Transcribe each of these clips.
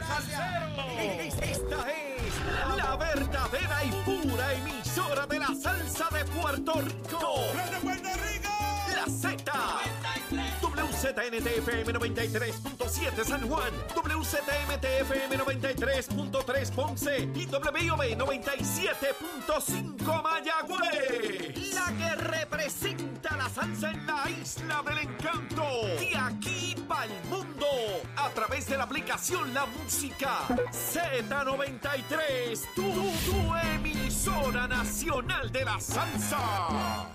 Esta es la verdadera y pura emisora de la salsa de Puerto Rico. ¡De Puerto Rico! La Z. WZNTFM 93.7 San Juan, WZMTFM 93.3 Ponce y WIOB 97.5 Mayagüez. La que representa la salsa en la isla del encanto. De aquí para el mundo. A través de la aplicación La Música Z93. Tu emisora nacional de la salsa.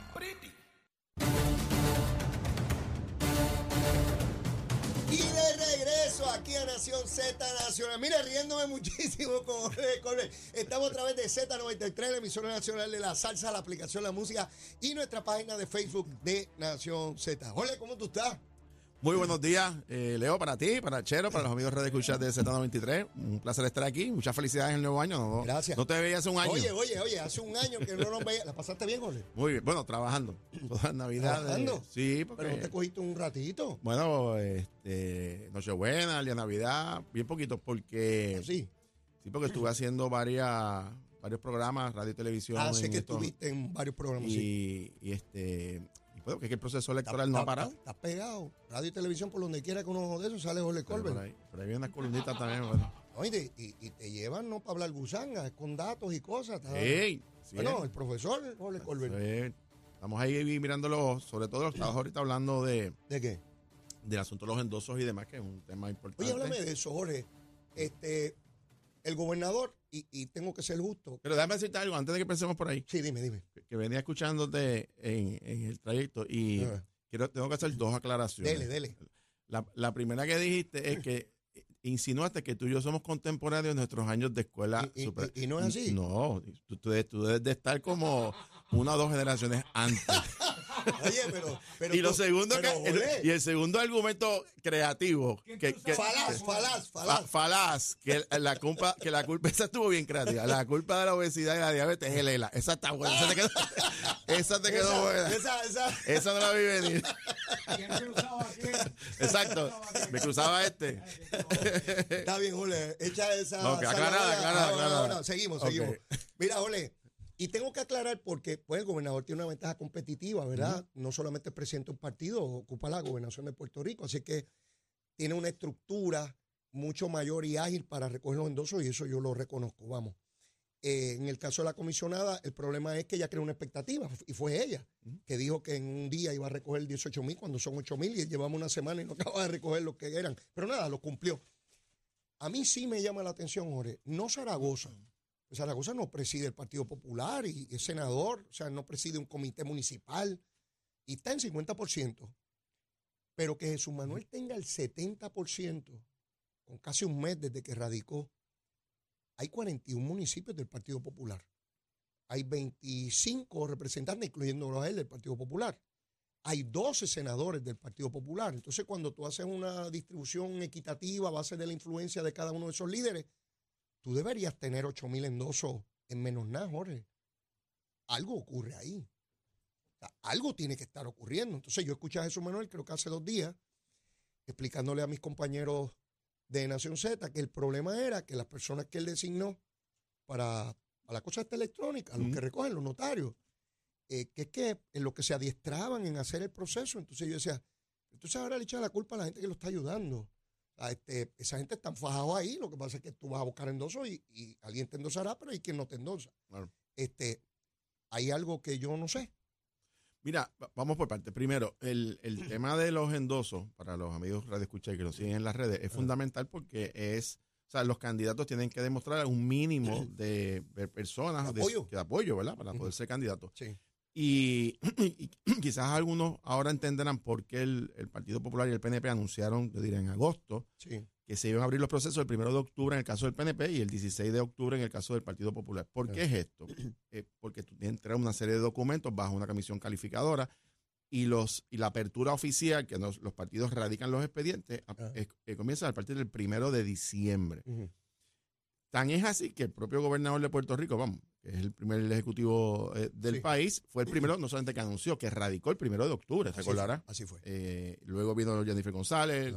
Y de regreso aquí a Nación Z Nacional. Mire, riéndome muchísimo con Jorge Colbert. Estamos a través de Z93, la emisora nacional de la salsa, la aplicación La Música y nuestra página de Facebook de Nación Z. Jorge, ¿cómo tú estás? Muy buenos días, Leo, para ti, para Chero, para los amigos de escuchar de Z93. Un placer estar aquí. Muchas felicidades en el nuevo año. No, Gracias. No te veía hace un año. Oye, hace un año que no nos veía. ¿La pasaste bien, Jorge? Muy bien. Bueno, trabajando. Todas las navidades. ¿Trabajando? Sí, porque... Pero no te cogiste un ratito. Bueno, Nochebuena, el día de Navidad, bien poquito, porque... Sí. Sí, porque estuve haciendo varios programas, radio y televisión. Sé que estuviste en varios programas. Y puedo que es que el proceso electoral no ha parado. Estás pegado. Radio y televisión, por donde quiera que uno de esos sale Jorge Colbert. Por ahí vienen unas columnitas también. Bueno. Oye, y te llevan no para hablar gusanga, es con datos y cosas. Sí, bueno, el profesor Jorge Colbert. Sí. Estamos ahí mirándolo, sobre todo los trabajos ahorita hablando ¿De qué? del asunto de los endosos y demás, que es un tema importante. Oye, háblame de eso, Jorge. El gobernador, y tengo que ser justo. Pero déjame decirte algo antes de que pensemos por ahí. Sí, dime. Que venía escuchándote en el trayecto y tengo que hacer dos aclaraciones. Dele. La primera que dijiste es que insinuaste que tú y yo somos contemporáneos en nuestros años de escuela. ¿Y no es así? No, tú debes de estar como una o dos generaciones antes. Oye, pero Y lo segundo Jorge, y el segundo argumento creativo falaz que la culpa esa estuvo bien creativa, la culpa de la obesidad y la diabetes es el ELA. Esa está buena, esa te quedó buena. Esa no la vi venir. Exacto, me cruzaba Está bien, Jorge, echa esa. Okay, aclarada. No, seguimos. Mira, Jorge, y tengo que aclarar porque pues, el gobernador tiene una ventaja competitiva, ¿verdad? No solamente es presidente de un partido, ocupa la gobernación de Puerto Rico, así que tiene una estructura mucho mayor y ágil para recoger los endosos y eso yo lo reconozco, vamos. En el caso de la comisionada, el problema es que ella creó una expectativa y fue ella que dijo que en un día iba a recoger 18,000 cuando son 8,000 y llevamos una semana y no acaba de recoger lo que eran. Pero nada, lo cumplió. A mí sí me llama la atención, Jorge, no Zaragoza. Zaragoza no preside el Partido Popular y es senador, o sea, no preside un comité municipal y está en 50%. Pero que Jesús Manuel tenga el 70%, con casi un mes desde que radicó, hay 41 municipios del Partido Popular. Hay 25 representantes, incluyéndolo a él, del Partido Popular. Hay 12 senadores del Partido Popular. Entonces, cuando tú haces una distribución equitativa a base de la influencia de cada uno de esos líderes, tú deberías tener 8,000 endosos en menos nada, Jorge. Algo ocurre ahí. O sea, algo tiene que estar ocurriendo. Entonces yo escuché a Jesús Manuel, creo que hace 2 días, explicándole a mis compañeros de Nación Z que el problema era que las personas que él designó para la cosa esta electrónica, los que recogen los notarios, que es que en lo que se adiestraban en hacer el proceso. Entonces yo decía, entonces ahora le echa la culpa a la gente que lo está ayudando. Esa gente está fajada ahí, lo que pasa es que tú vas a buscar endosos y alguien te endosará, pero hay quien no te endosa. Claro. Hay algo que yo no sé. Mira, vamos por parte. Primero, el tema de los endosos, para los amigos Radio Escucha que lo siguen en las redes, es fundamental porque los candidatos tienen que demostrar un mínimo de personas de apoyo, ¿verdad? Para poder ser candidatos. Sí. Y quizás algunos ahora entenderán por qué el Partido Popular y el PNP anunciaron, yo diría en agosto, que se iban a abrir los procesos el 1 de octubre en el caso del PNP y el 16 de octubre en el caso del Partido Popular. ¿Por qué es esto? Porque tú tienes que entregar una serie de documentos bajo una comisión calificadora y la apertura oficial, que los partidos radican los expedientes, comienza a partir del 1 de diciembre. Tan es así que el propio gobernador de Puerto Rico, que es el primer ejecutivo del país, fue el primero, no solamente que anunció, que radicó el 1 de octubre, ¿se acordará? Así fue. Luego vino Jennifer González,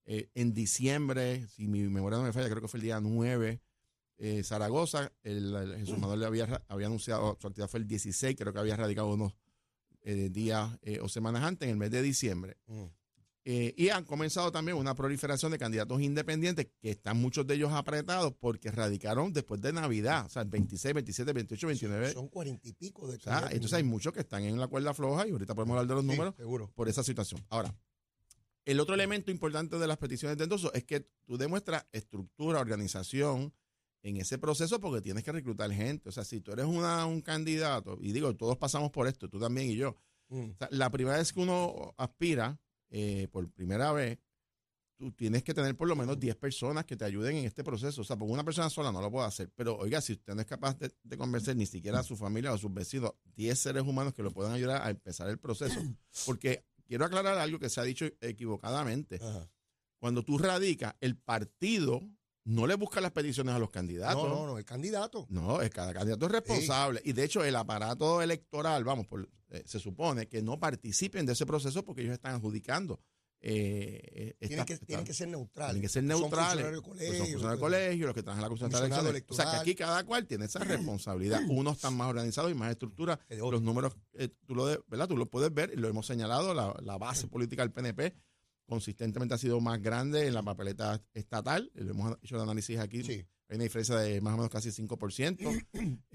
En diciembre, si mi memoria no me falla, creo que fue el día 9, Zaragoza, Jesús Manuel le había anunciado, su actividad fue el 16, creo que había radicado unos días o semanas antes, en el mes de diciembre. Y han comenzado también una proliferación de candidatos independientes que están muchos de ellos apretados porque radicaron después de Navidad, o sea, el 26, 27, 28, 29. Son 40 y pico de entonces hay muchos que están en la cuerda floja y ahorita podemos hablar de los números por esa situación. Ahora, el otro elemento importante de las peticiones de endoso es que tú demuestras estructura, organización en ese proceso porque tienes que reclutar gente. O sea, si tú eres un candidato, y digo, todos pasamos por esto, tú también y yo. O sea, la primera vez que uno aspira, por primera vez, tú tienes que tener por lo menos 10 personas que te ayuden en este proceso. O sea, porque una persona sola no lo puede hacer. Pero, oiga, si usted no es capaz de convencer ni siquiera a su familia o a sus vecinos, 10 seres humanos que lo puedan ayudar a empezar el proceso. Porque quiero aclarar algo que se ha dicho equivocadamente. Ajá. Cuando tú radicas, el partido no le busca las peticiones a los candidatos. No, el candidato. No, cada candidato es responsable. Sí. Y de hecho, el aparato electoral, se supone que no participen de ese proceso porque ellos están adjudicando. Tienen que ser neutrales. Tienen que ser neutrales. Son funcionarios de colegio, los que trabajan en la Comisión de Elecciones. O sea, que aquí cada cual tiene esa responsabilidad. Unos están más organizados y más estructura. Los números, tú lo puedes ver, y lo hemos señalado, la base política del PNP consistentemente ha sido más grande en la papeleta estatal. Lo hemos hecho el análisis aquí. Sí. Hay una diferencia de más o menos casi 5%.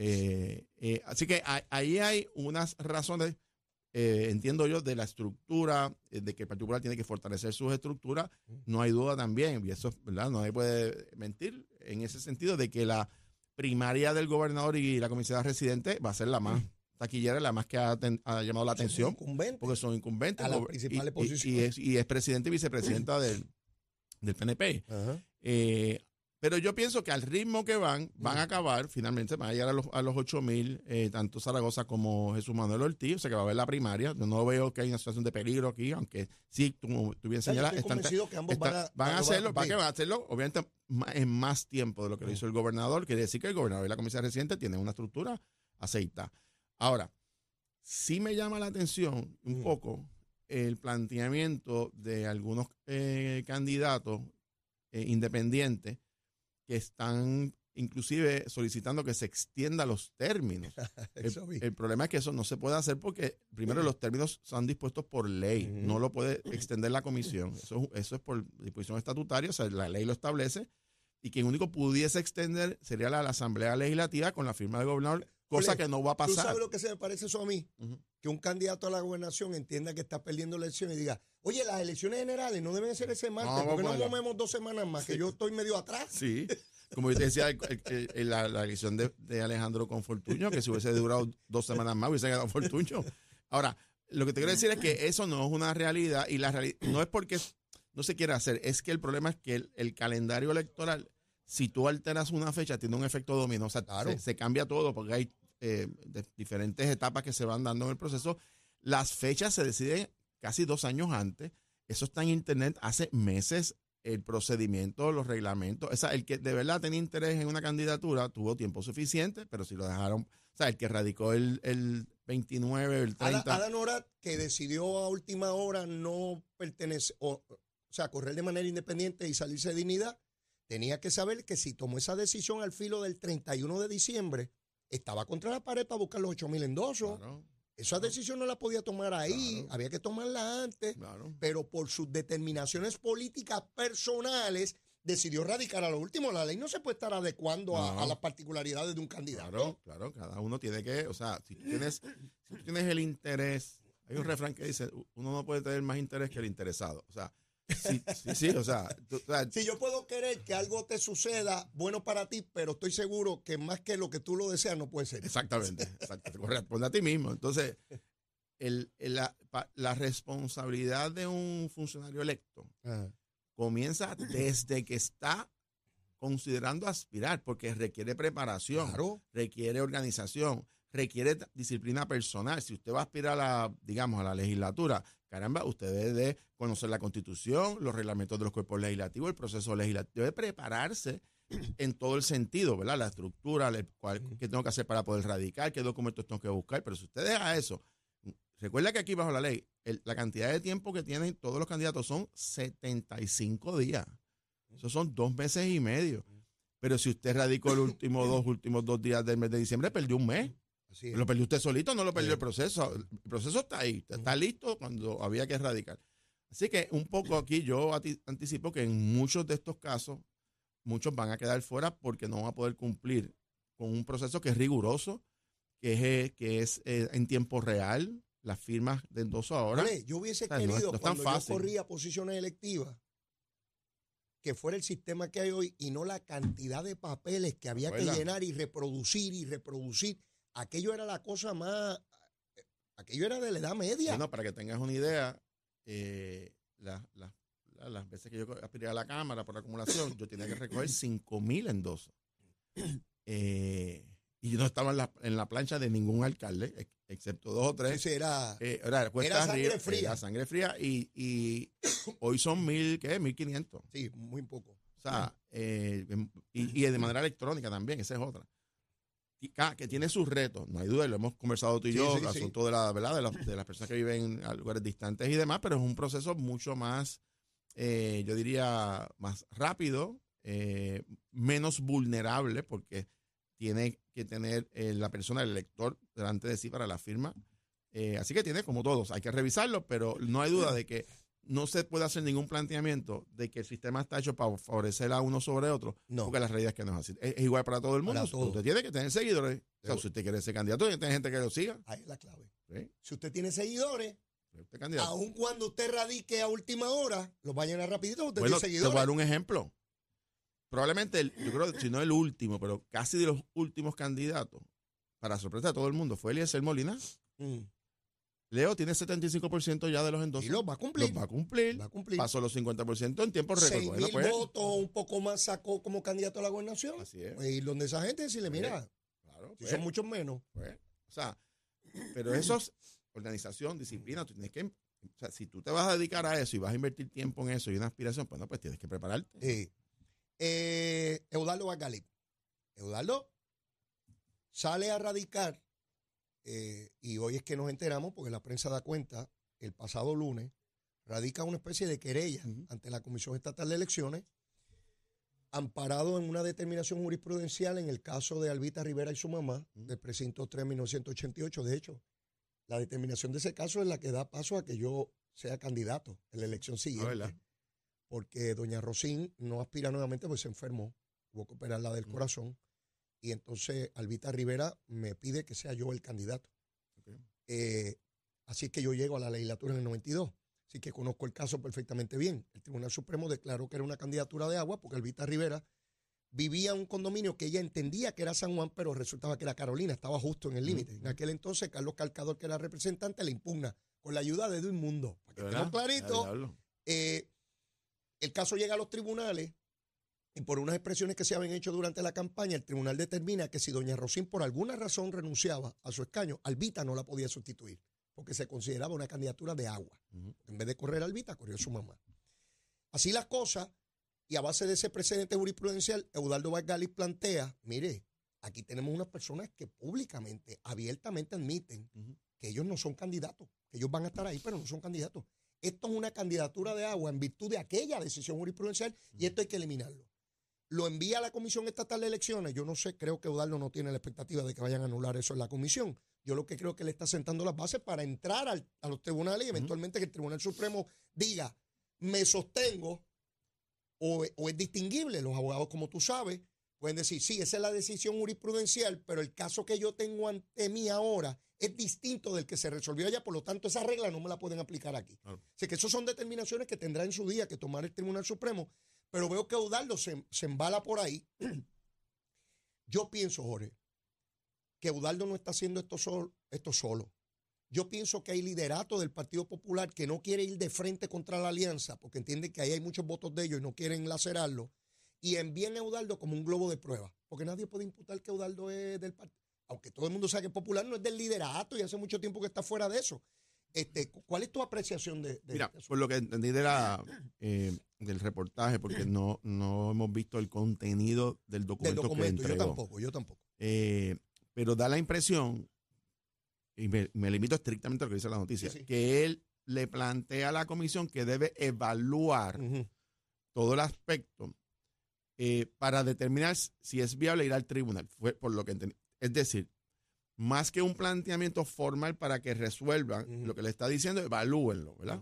Así que ahí hay unas razones, entiendo yo, de la estructura, de que el Partido Popular tiene que fortalecer sus estructuras. No hay duda también, y eso, ¿verdad? Nadie puede mentir en ese sentido, de que la primaria del gobernador y la comisionada residente va a ser la más taquillera, la más que ha llamado la atención, porque son incumbentes a las principales posiciones. Y es presidente y vicepresidenta del PNP. Pero yo pienso que al ritmo que van a acabar, finalmente van a llegar a los 8,000, tanto Zaragoza como Jesús Manuel Ortiz, o sea que va a haber la primaria. Yo no veo que hay una situación de peligro aquí, aunque sí, tú bien señalas, que ambos van a hacerlo, obviamente en más tiempo de lo que lo hizo el gobernador. Quiere decir que el gobernador y la comisión residente tienen una estructura aceitada. Ahora, sí me llama la atención un poco el planteamiento de algunos candidatos independientes que están inclusive solicitando que se extiendan los términos. El problema es que eso no se puede hacer porque, primero, los términos son dispuestos por ley. No lo puede extender la comisión. Eso es por disposición estatutaria, o sea, la ley lo establece, y quien único pudiese extender sería la Asamblea Legislativa con la firma del gobernador, cosa que no va a pasar. ¿Tú sabes lo que se me parece eso a mí? Que un candidato a la gobernación entienda que está perdiendo elecciones y diga, oye, las elecciones generales no deben ser ese martes, ¿por qué no movemos 2 semanas más? Que yo estoy medio atrás. Sí, como yo te decía, la elección de Alejandro con Fortuño, que si hubiese durado 2 semanas más, hubiese ganado Fortuño. Ahora, lo que te quiero decir es que eso no es una realidad, y la realidad no es porque no se quiere hacer, es que el problema es que el calendario electoral, si tú alteras una fecha, tiene un efecto dominó. O sea, claro, se cambia todo porque hay diferentes etapas que se van dando en el proceso. Las fechas se deciden casi 2 años antes. Eso está en internet hace meses. El procedimiento, los reglamentos. O sea, el que de verdad tenía interés en una candidatura tuvo tiempo suficiente, pero si lo dejaron, o sea, el que radicó el 29, el 30. Adán Orat, que decidió a última hora no pertenecer, o sea, correr de manera independiente y salirse de dignidad, tenía que saber que si tomó esa decisión al filo del 31 de diciembre, estaba contra la pared para buscar los 8,000 endosos. Claro, esa decisión no la podía tomar ahí, claro, había que tomarla antes, claro, pero por sus determinaciones políticas personales decidió radicar a lo último. La ley no se puede estar adecuando a las particularidades de un candidato. Claro, cada uno tiene que, o sea, si tú tienes el interés, hay un refrán que dice, uno no puede tener más interés que el interesado, o sea, sí, o sea, si yo puedo querer que algo te suceda bueno para ti, pero estoy seguro que más que lo que tú lo deseas no puede ser. Exactamente, te corresponde a ti mismo. Entonces, la responsabilidad de un funcionario electo comienza desde que está considerando aspirar, porque requiere preparación, claro, requiere organización, requiere disciplina personal. Si usted va a aspirar a la legislatura, caramba, usted debe conocer la Constitución, los reglamentos de los cuerpos legislativos, el proceso legislativo, debe prepararse en todo el sentido, ¿verdad? La estructura, qué tengo que hacer para poder radicar, qué documentos tengo que buscar. Pero si usted deja eso, recuerda que aquí bajo la ley, la cantidad de tiempo que tienen todos los candidatos son 75 días. Esos son 2 meses y medio. Pero si usted radicó los últimos 2 días del mes de diciembre, perdió un mes. Así es. Lo perdió usted solito, no lo perdió el proceso. El proceso está ahí, está listo cuando había que radicar. Así que un poco aquí yo anticipo que en muchos de estos casos, muchos van a quedar fuera porque no van a poder cumplir con un proceso que es riguroso, que es en tiempo real, las firmas de 2 horas. Vale, yo hubiese querido, no cuando yo corría posiciones electivas, que fuera el sistema que hay hoy y no la cantidad de papeles que había que llenar y reproducir. Aquello era la cosa más... Aquello era de la Edad Media. Bueno, para que tengas una idea, las veces que yo aspiré a la Cámara por acumulación, yo tenía que recoger 5,000 endosos. Y yo no estaba en la plancha de ningún alcalde, excepto 2 o 3. Sí, era sangre fría y hoy son 1,500. Sí, muy poco. O sea, y de manera electrónica también, esa es otra. Que tiene sus retos, no hay duda, y lo hemos conversado tú y yo, el asunto de las personas que viven en lugares distantes y demás, pero es un proceso mucho más, yo diría, más rápido, menos vulnerable, porque tiene que tener la persona, el elector, delante de sí para la firma. Así que tiene como todos, hay que revisarlo, pero no hay duda de que no se puede hacer ningún planteamiento de que el sistema está hecho para favorecer a uno sobre otro, porque la realidad es que no es así. Es igual para todo el mundo. Usted tiene que tener seguidores. O sea, si usted quiere ser candidato, tiene que tener gente que lo siga. Ahí es la clave. ¿Sí? Si usted tiene seguidores, usted aun cuando usted radique a última hora, los va a llenar rapidito, usted tiene seguidores. Te voy a dar un ejemplo. Probablemente, yo creo, si no el último, pero casi de los últimos candidatos, para sorpresa de todo el mundo, fue Eliezer Molina. Leo tiene 75% ya de los endosos. Y los va a cumplir. Pasó los 50% en tiempo récord. 6,000 votos, un poco más sacó como candidato a la gobernación. Así es. Y donde esa gente decirle, mira, si son muchos menos. O sea, pero eso es organización, disciplina. Tú tienes que, o sea, si tú te vas a dedicar a eso y vas a invertir tiempo en eso y una aspiración, pues tienes que prepararte. Eudaldo Vargas. Eudaldo sale a radicar. Y hoy es que nos enteramos, porque la prensa da cuenta, el pasado lunes, radica una especie de querella ante la Comisión Estatal de Elecciones, amparado en una determinación jurisprudencial en el caso de Albita Rivera y su mamá, del precinto 3 de 1988. De hecho, la determinación de ese caso es la que da paso a que yo sea candidato en la elección siguiente. Porque doña Rosín no aspira nuevamente, pues se enfermó, hubo que operarla del corazón. Y entonces Albita Rivera me pide que sea yo el candidato. Así que yo llego a la legislatura en el 92. Así que conozco el caso perfectamente bien. El Tribunal Supremo declaró que era una candidatura de agua porque Albita Rivera vivía en un condominio que ella entendía que era San Juan, pero resultaba que era Carolina, estaba justo en el límite. En aquel entonces, Carlos Calcador, que era representante, le impugna con la ayuda de Edwin Mundo. Para que estemos claritos, el caso llega a los tribunales. Y por unas expresiones que se habían hecho durante la campaña, el tribunal determina que si doña Rosín por alguna razón renunciaba a su escaño, Albita no la podía sustituir, porque se consideraba una candidatura de agua. En vez de correr Albita, corrió su mamá. Así las cosas, y a base de ese precedente jurisprudencial, Eudaldo Vargas plantea, mire, aquí tenemos unas personas que públicamente, abiertamente admiten que ellos no son candidatos, que ellos van a estar ahí, pero no son candidatos. Esto es una candidatura de agua en virtud de aquella decisión jurisprudencial y esto hay que eliminarlo. Lo envía a la Comisión Estatal de Elecciones. Yo no sé, creo que Eudaldo no tiene la expectativa de que vayan a anular eso en la comisión. Yo lo que creo que le está sentando las bases para entrar a los tribunales y eventualmente que el Tribunal Supremo diga, me sostengo o es distinguible. Los abogados, como tú sabes, pueden decir, sí, esa es la decisión jurisprudencial, pero el caso que yo tengo ante mí ahora es distinto del que se resolvió allá, por lo tanto esa regla no me la pueden aplicar aquí. Así que esas son determinaciones que tendrá en su día que tomar el Tribunal Supremo. Pero veo que Eudaldo se embala por ahí. Yo pienso, Jorge, que Eudaldo no está haciendo esto solo. Yo pienso que hay liderato del Partido Popular que no quiere ir de frente contra la alianza porque entiende que ahí hay muchos votos de ellos y no quieren lacerarlo. Y envían a Eudaldo como un globo de prueba. Porque nadie puede imputar que Eudaldo es del partido. Aunque todo el mundo sabe que Popular no es del liderato y hace mucho tiempo que está fuera de eso. ¿Cuál es tu apreciación de Mira, por lo que entendí del reportaje, porque no hemos visto el contenido del documento que entregó. Yo tampoco. Pero da la impresión y me limito estrictamente a lo que dice la noticia, que él le plantea a la comisión que debe evaluar todo el aspecto para determinar si es viable ir al tribunal. Fue por lo que entendí. Es decir, más que un planteamiento formal para que resuelvan lo que le está diciendo, evalúenlo, ¿verdad?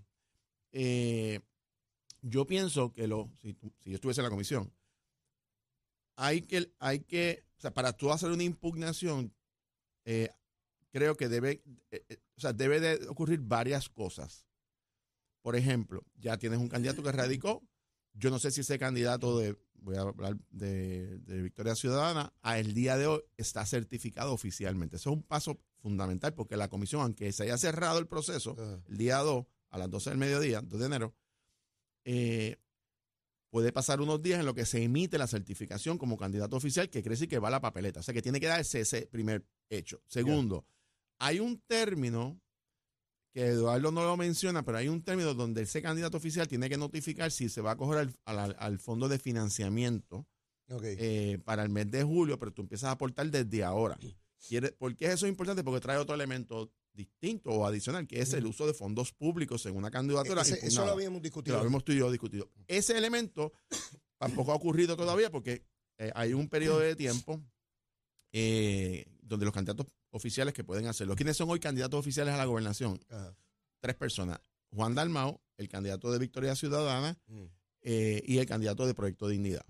Yo pienso que si yo estuviese en la comisión, hay que, o sea, para tú hacer una impugnación, creo que debe de ocurrir varias cosas. Por ejemplo, ya tienes un candidato que radicó. Yo no sé si ese candidato voy a hablar de Victoria Ciudadana, a el día de hoy está certificado oficialmente. Eso es un paso fundamental porque la comisión, aunque se haya cerrado el proceso, el día 2, a las 12 del mediodía, 2 de enero, puede pasar unos días en lo que se emite la certificación como candidato oficial, que quiere decir que va a la papeleta. O sea, que tiene que darse ese primer hecho. Segundo, hay un término que Eduardo no lo menciona, pero hay un término donde ese candidato oficial tiene que notificar si se va a coger al fondo de financiamiento para el mes de julio, pero tú empiezas a aportar desde ahora. ¿Por qué eso es importante? Porque trae otro elemento distinto o adicional, que es el uso de fondos públicos en una candidatura. Eso lo habíamos discutido. Lo habíamos tú y yo discutido. Ese elemento tampoco ha ocurrido todavía porque hay un periodo de tiempo donde los candidatos oficiales que pueden hacerlo. ¿Quiénes son hoy candidatos oficiales a la gobernación? 3 personas. Juan Dalmau, el candidato de Victoria Ciudadana y el candidato de Proyecto Dignidad,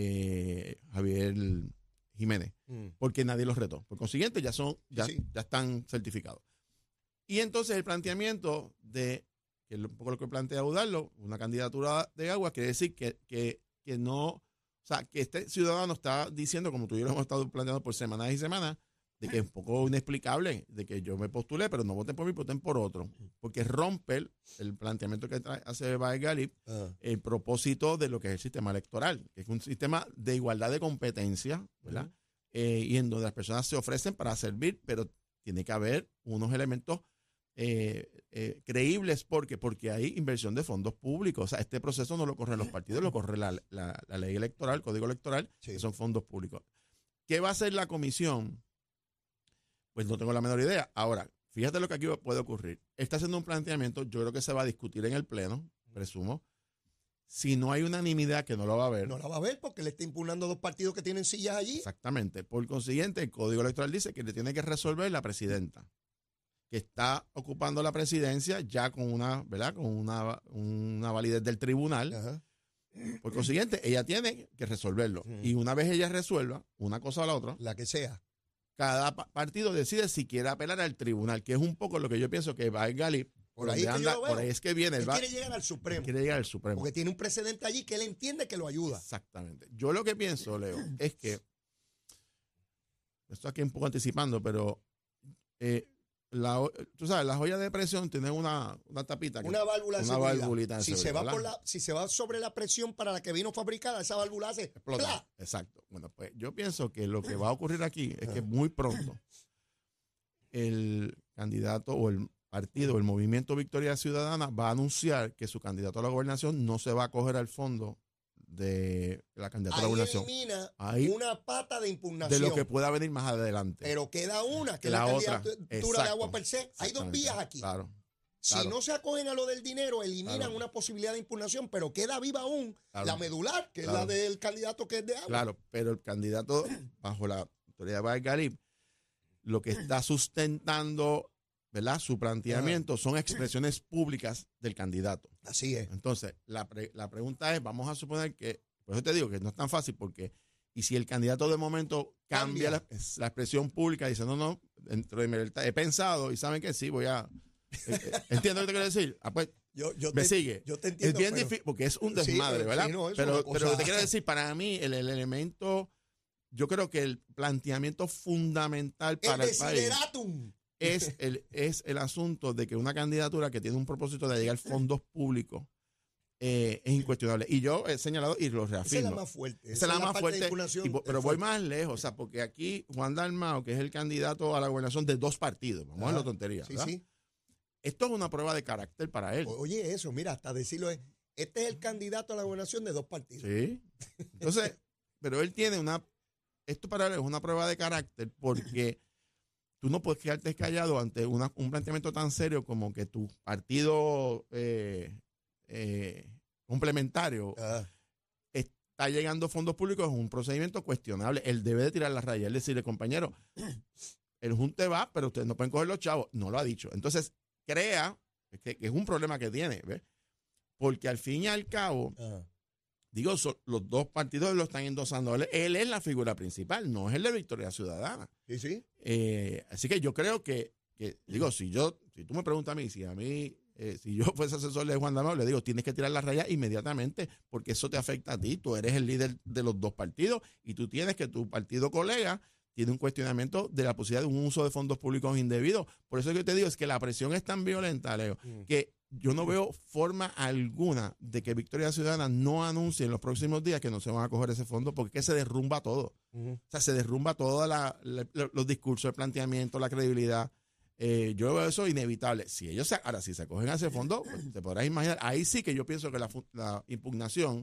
Javier Jiménez, porque nadie los retó. Por consiguiente, ya están certificados. Y entonces el planteamiento que es un poco lo que plantea Audaldo, una candidatura de agua, quiere decir que no, o sea, que este ciudadano está diciendo, como tú y yo lo hemos estado planteando por semanas y semanas, de que es un poco inexplicable, de que yo me postulé, pero no voten por mí, voten por otro. Porque rompe el planteamiento que hace Baez Galip, el propósito de lo que es el sistema electoral, que es un sistema de igualdad de competencia, ¿verdad? Y en donde las personas se ofrecen para servir, pero tiene que haber unos elementos creíbles porque hay inversión de fondos públicos. O sea, este proceso no lo corren los partidos, lo corre la ley electoral, el código electoral, que son fondos públicos. ¿Qué va a hacer la comisión? Pues no tengo la menor idea. Ahora, fíjate lo que aquí puede ocurrir. Está haciendo un planteamiento, yo creo que se va a discutir en el Pleno, presumo. Si no hay unanimidad, que no lo va a haber. No la va a ver porque le está impugnando 2 partidos que tienen sillas allí. Exactamente. Por consiguiente, el Código Electoral dice que le tiene que resolver la presidenta, que está ocupando la presidencia ya con una validez del tribunal. Por consiguiente, ella tiene que resolverlo. Y una vez ella resuelva una cosa o la otra, la que sea, cada partido decide si quiere apelar al tribunal, que es un poco lo que yo pienso que Baez Galip, por ahí es que viene. Él quiere llegar al Supremo. Quiere llegar al Supremo. Porque tiene un precedente allí que él entiende que lo ayuda. Exactamente. Yo lo que pienso, Leo, es que, esto aquí un poco anticipando, pero tú sabes, las ollas de presión tienen una tapita. Una válvula de seguridad. Valvulita de si se va sobre la presión para la que vino fabricada, esa válvula hace explota. ¡Pla! Exacto. Bueno, pues yo pienso que lo que va a ocurrir aquí es que muy pronto el candidato o el partido, el Movimiento Victoria Ciudadana, va a anunciar que su candidato a la gobernación no se va a coger al fondo de la candidatura a la gobernación. Elimina una pata de impugnación. De lo que pueda venir más adelante. Pero queda una, que es la candidatura de agua per se. Hay 2 vías aquí. Claro. Si no se acogen a lo del dinero, eliminan una posibilidad de impugnación, pero queda viva aún la medular, que es la del candidato que es de agua. Claro, pero el candidato, bajo la autoridad de Baez Galip, lo que está sustentando, ¿verdad?, su planteamiento son expresiones públicas del candidato. Así es. Entonces, la pregunta es, vamos a suponer que, por eso te digo que no es tan fácil, porque, y si el candidato de momento cambia la expresión pública, dice, no, dentro de mi libertad he pensado, y saben que sí, voy a... ¿Entiendo lo que te quiero decir? Pues, me sigue. Yo te entiendo. Es bien difícil, porque es un desmadre, ¿verdad? Sí, no, pero te quiero decir, para mí, el elemento, yo creo que el planteamiento fundamental para el país es el asunto de que una candidatura que tiene un propósito de llegar a fondos públicos es incuestionable. Y yo he señalado y lo reafirmo. Esa es la más fuerte. Esa es la más fuerte. Pero voy más lejos, o sea, porque aquí Juan Dalmau, que es el candidato a la gobernación de 2 partidos, vamos a ver la tontería, ¿verdad? Sí. Esto es una prueba de carácter para él. Oye, eso, mira, hasta decirlo es, este es el candidato a la gobernación de 2 partidos. Sí. Entonces, pero él tiene esto para él es una prueba de carácter porque tú no puedes quedarte callado ante un planteamiento tan serio como que tu partido complementario está llegando fondos públicos. Es un procedimiento cuestionable. Él debe de tirar la raya. Él decirle, compañero, el junte va, pero ustedes no pueden coger los chavos. No lo ha dicho. Entonces, crea que es un problema que tiene, ¿ves? Porque al fin y al cabo, digo, los dos partidos lo están endosando. Él es la figura principal, no es el de Victoria Ciudadana. Sí, sí. Así que yo creo que digo, si tú me preguntas a mí, si yo fuese asesor de Juan Dalmau, le digo, tienes que tirar la raya inmediatamente, porque eso te afecta a ti. Tú eres el líder de los dos partidos y tú tienes que tu partido colega tiene un cuestionamiento de la posibilidad de un uso de fondos públicos indebidos. Por eso que te digo, es que la presión es tan violenta, Leo, que yo no veo forma alguna de que Victoria Ciudadana no anuncie en los próximos días que no se van a coger ese fondo, porque es que se derrumba todo. O sea, se derrumba todos los discursos, el planteamiento, la credibilidad. Yo veo eso inevitable. Si ellos si se acogen a ese fondo, pues, te podrás imaginar. Ahí sí que yo pienso que la impugnación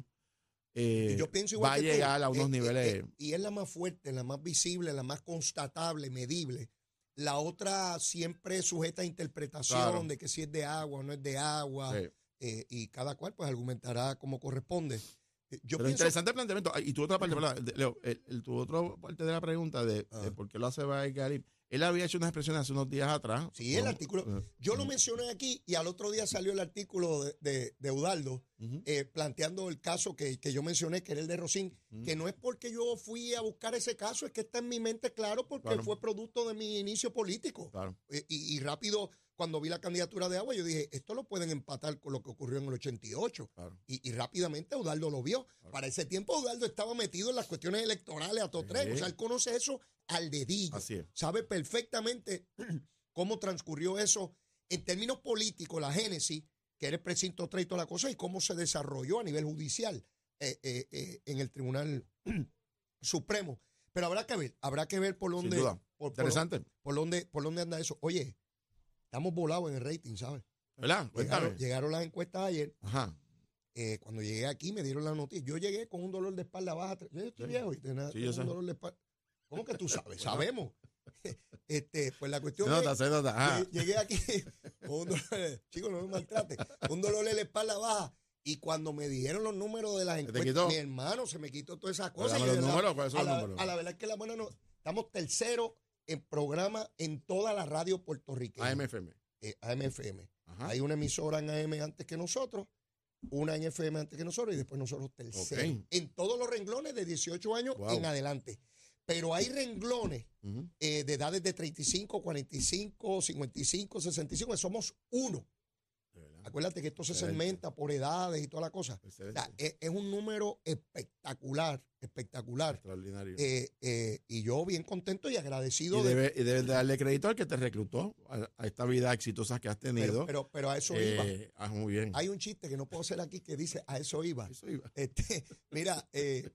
yo pienso igual va a llegar a unos niveles. Y es la más fuerte, la más visible, la más constatable, medible. La otra siempre sujeta a interpretación, claro, de que si es de agua o no es de agua. Sí. Y cada cual pues argumentará como corresponde. Pero interesante planteamiento. Y tu otra parte, Leo, tu otra parte de la pregunta de por qué lo hace Garib. Él había hecho unas expresiones hace unos días atrás. Sí, el artículo. Yo lo mencioné aquí y al otro día salió el artículo de Eudaldo planteando el caso que yo mencioné, que era el de Rosín, que no es porque yo fui a buscar ese caso, es que está en mi mente claro porque fue producto de mi inicio político. Claro. Y rápido, cuando vi la candidatura de Agua, yo dije, esto lo pueden empatar con lo que ocurrió en el 88. Claro. Y rápidamente Eudaldo lo vio. Claro. Para ese tiempo Eudaldo estaba metido en las cuestiones electorales a todo tren. O sea, él conoce eso al dedillo. Así es. Sabe perfectamente cómo transcurrió eso en términos políticos, la génesis, que era el precinto 3 y toda la cosa, y cómo se desarrolló a nivel judicial en el Tribunal Supremo. Pero habrá que ver por dónde. Sin duda. Interesante. Por dónde anda eso. Oye, estamos volados en el rating, ¿sabes? ¿Verdad? Llegaron las encuestas ayer. Ajá. Cuando llegué aquí me dieron la noticia. Yo llegué con un dolor de espalda baja. Yo estoy viejo y tenía un dolor de espalda. ¿Cómo que tú sabes? Sabemos. Pues la cuestión es, llegué aquí con un dolor, chicos, no me maltrate, un dolor de la espalda baja. Y cuando me dijeron los números de las encuestas, mi hermano, se me quitó todas esas cosas. ¿Los números? ¿Cuáles son los números? A la verdad es que la buena no. Estamos terceros en programa en toda la radio puertorriqueña. AM/FM. AM/FM. Hay una emisora en AM antes que nosotros, una en FM antes que nosotros y después nosotros terceros. Okay. En todos los renglones de 18 años en adelante. Pero hay renglones de edades de 35, 45, 55, 65, que somos uno. Acuérdate que esto se segmenta por edades y toda la cosa. O sea, es un número espectacular. Extraordinario. Y yo bien contento y agradecido. Y debes darle crédito al que te reclutó a esta vida exitosa que has tenido. Pero a eso iba. Muy bien. Hay un chiste que no puedo hacer aquí que dice, a eso iba. Mira,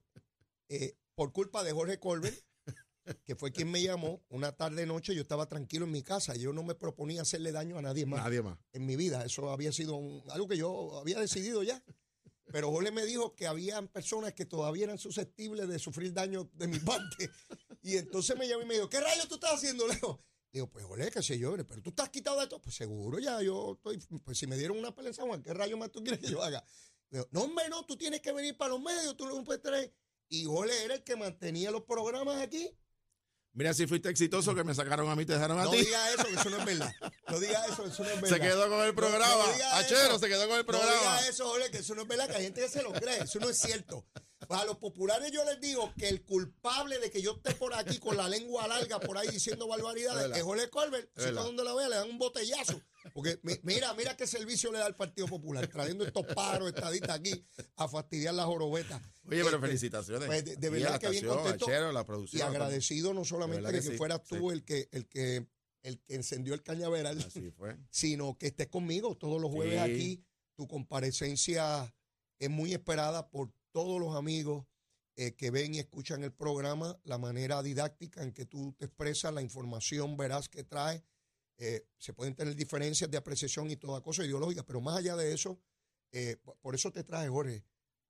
por culpa de Jorge Colbert, que fue quien me llamó, una tarde noche yo estaba tranquilo en mi casa, yo no me proponía hacerle daño a nadie más en mi vida, eso había sido algo que yo había decidido ya, pero Jorge me dijo que habían personas que todavía eran susceptibles de sufrir daño de mi parte, y entonces me llamó y me dijo, ¿qué rayos tú estás haciendo, Leo? Digo, pues Jorge, qué sé yo, pero tú estás quitado de todo, pues seguro ya, yo estoy, pues si me dieron una pelea en San Juan, ¿qué rayos más tú quieres que yo haga? Digo, no hombre, no, tú tienes que venir para los medios, tú no puedes traer. Y Jorge era el que mantenía los programas aquí. Mira, si fuiste exitoso que me sacaron a mí, te dejaron a ti. No digas eso, que eso no es verdad. No digas eso, eso no es verdad. Se quedó con el programa. Achero, se quedó con el programa. No digas eso, Jorge, que eso no es verdad, que hay gente que se lo cree. Eso no es cierto. A los populares yo les digo que el culpable de que yo esté por aquí con la lengua larga por ahí diciendo barbaridades es Jorge Colbert. Si está donde la vea, le dan un botellazo. Porque mira qué servicio le da al Partido Popular, trayendo estos pájaros estadistas aquí a fastidiar las jorobetas. Oye, pero felicitaciones. Pues de verdad que bien contento la producción, y agradecido no solamente de que fueras tú el que encendió el cañaveral, así fue, sino que estés conmigo todos los jueves aquí. Tu comparecencia es muy esperada por todos los amigos que ven y escuchan el programa, la manera didáctica en que tú te expresas, la información veraz que traes. Se pueden tener diferencias de apreciación y toda cosa ideológica, pero más allá de eso, por eso te traje, Jorge,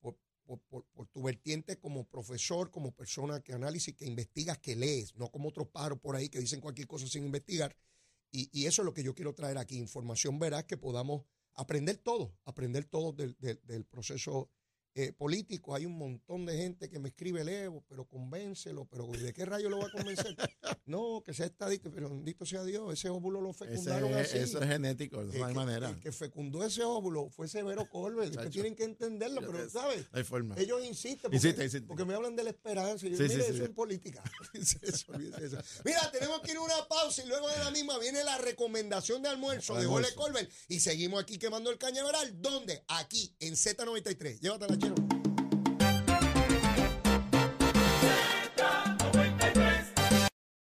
por tu vertiente como profesor, como persona que análisis, que investigas, que lees, no como otros pájaros por ahí que dicen cualquier cosa sin investigar. Y eso es lo que yo quiero traer aquí, información veraz que podamos aprender todo del proceso político. Hay un montón de gente que me escribe, Levo, pero convéncelo, pero ¿de qué rayo lo va a convencer? No, que sea estadista, pero bendito sea Dios, ese óvulo lo fecundaron así. Eso es genético, de hay manera. El que fecundó ese óvulo fue Severo Colbert, que tienen que entenderlo, pero ¿sabes? Hay forma. Ellos insisten porque me hablan de la esperanza, y yo, mire, eso es política. Eso. Mira, tenemos que ir a una pausa y luego de la misma viene la recomendación de almuerzo de Ole Colbert y seguimos aquí quemando el cañaveral. ¿Dónde? Aquí, en Z93. Llévatela, Chero.